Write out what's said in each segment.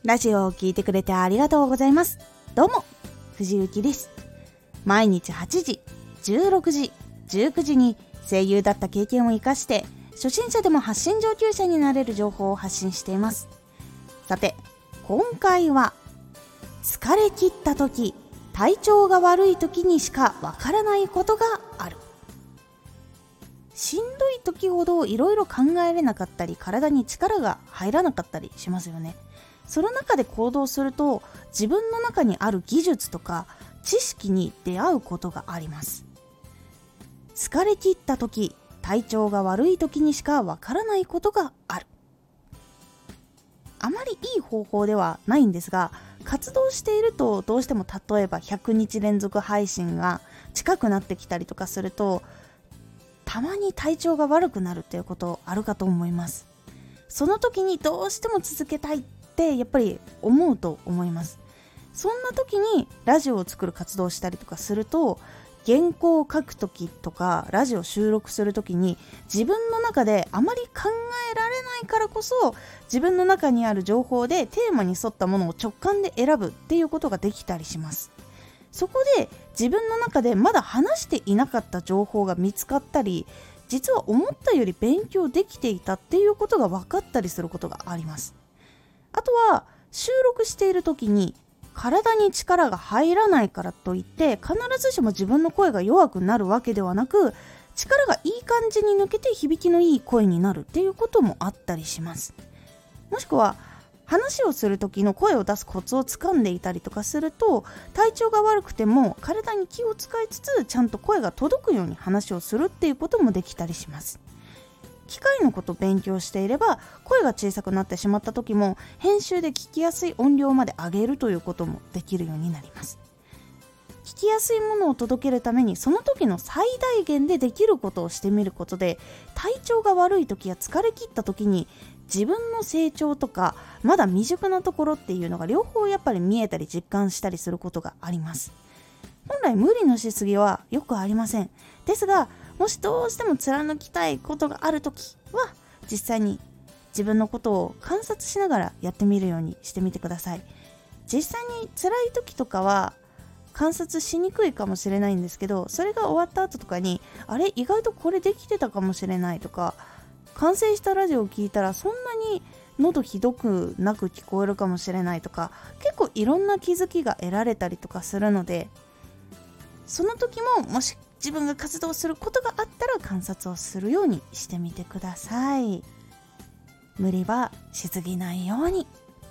ラジオを聞いてくれてありがとうございます。どうも、藤幸です。毎日8時、16時、19時に声優だった経験を生かして初心者でも発信上級者になれる情報を発信しています。さて、今回は疲れ切った時、体調が悪い時にしかわからないことがある。しんどい時ほどいろいろ考えれなかったり、体に力が入らなかったりしますよね。その中で行動すると、自分の中にある技術とか知識に出会うことがあります。疲れ切った時、体調が悪い時にしかわからないことがある。あまりいい方法ではないんですが、活動しているとどうしても例えば100日連続配信が近くなってきたりとかすると、たまに体調が悪くなるっていうことあるかと思います。その時にどうしても続けたいってやっぱり思うと思います。そんな時にラジオを作る活動をしたりとかすると、原稿を書く時とかラジオ収録する時に自分の中であまり考えられないからこそ、自分の中にある情報でテーマに沿ったものを直感で選ぶっていうことができたりします。そこで自分の中でまだ話していなかった情報が見つかったり、実は思ったより勉強できていたっていうことが分かったりすることがあります。あとは収録している時に体に力が入らないからといって必ずしも自分の声が弱くなるわけではなく、力がいい感じに抜けて響きのいい声になるっていうこともあったりします。もしくは話をする時の声を出すコツをつかんでいたりとかすると、体調が悪くても体に気を使いつつちゃんと声が届くように話をするっていうこともできたりします。機械のことを勉強していれば、声が小さくなってしまった時も編集で聞きやすい音量まで上げるということもできるようになります。聞きやすいものを届けるためにその時の最大限でできることをしてみることで、体調が悪い時や疲れ切った時に自分の成長とかまだ未熟なところっていうのが両方やっぱり見えたり実感したりすることがあります。本来無理のしすぎはよくありません。ですが、もしどうしても貫きたいことがあるときは、実際に自分のことを観察しながらやってみるようにしてみてください。実際に辛い時とかは観察しにくいかもしれないんですけど、それが終わった後とかに、あれ意外とこれできてたかもしれないとか、完成したラジオを聞いたらそんなに喉ひどくなく聞こえるかもしれないとか、結構いろんな気づきが得られたりとかするので、その時ももし自分が活動することがあったら観察をするようにしてみてください。無理はしすぎないように。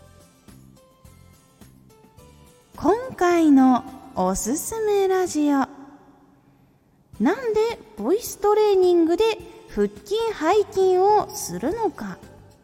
今回のおすすめラジオ、なんでボイストレーニングで腹筋背筋をするのか。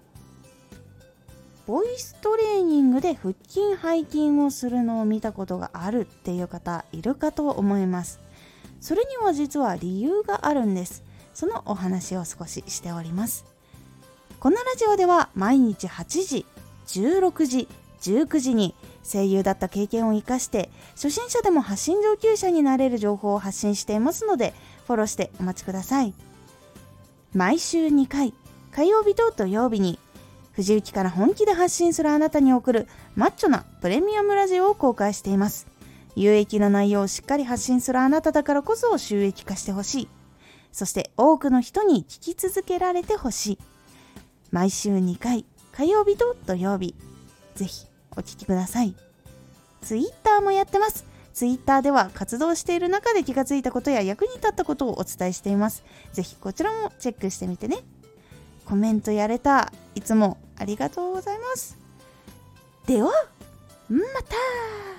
ボイストレーニングで腹筋背筋をするのを見たことがあるっていう方いるかと思います。それには実は理由があるんです。そのお話を少ししております。このラジオでは毎日8時、16時、19時に声優だった経験を生かして初心者でも発信上級者になれる情報を発信していますので、フォローしてお待ちください。毎週2回、火曜日と土曜日に藤雪から本気で発信するあなたに送るマッチョなプレミアムラジオを公開しています。有益な内容をしっかり発信するあなただからこそ収益化してほしい。そして多くの人に聞き続けられてほしい。毎週2回、火曜日と土曜日、ぜひお聞きください。ツイッターもやってます。ツイッターでは活動している中で気がついたことや役に立ったことをお伝えしています。ぜひこちらもチェックしてみてね。コメントやれた、いつもありがとうございます。では、また。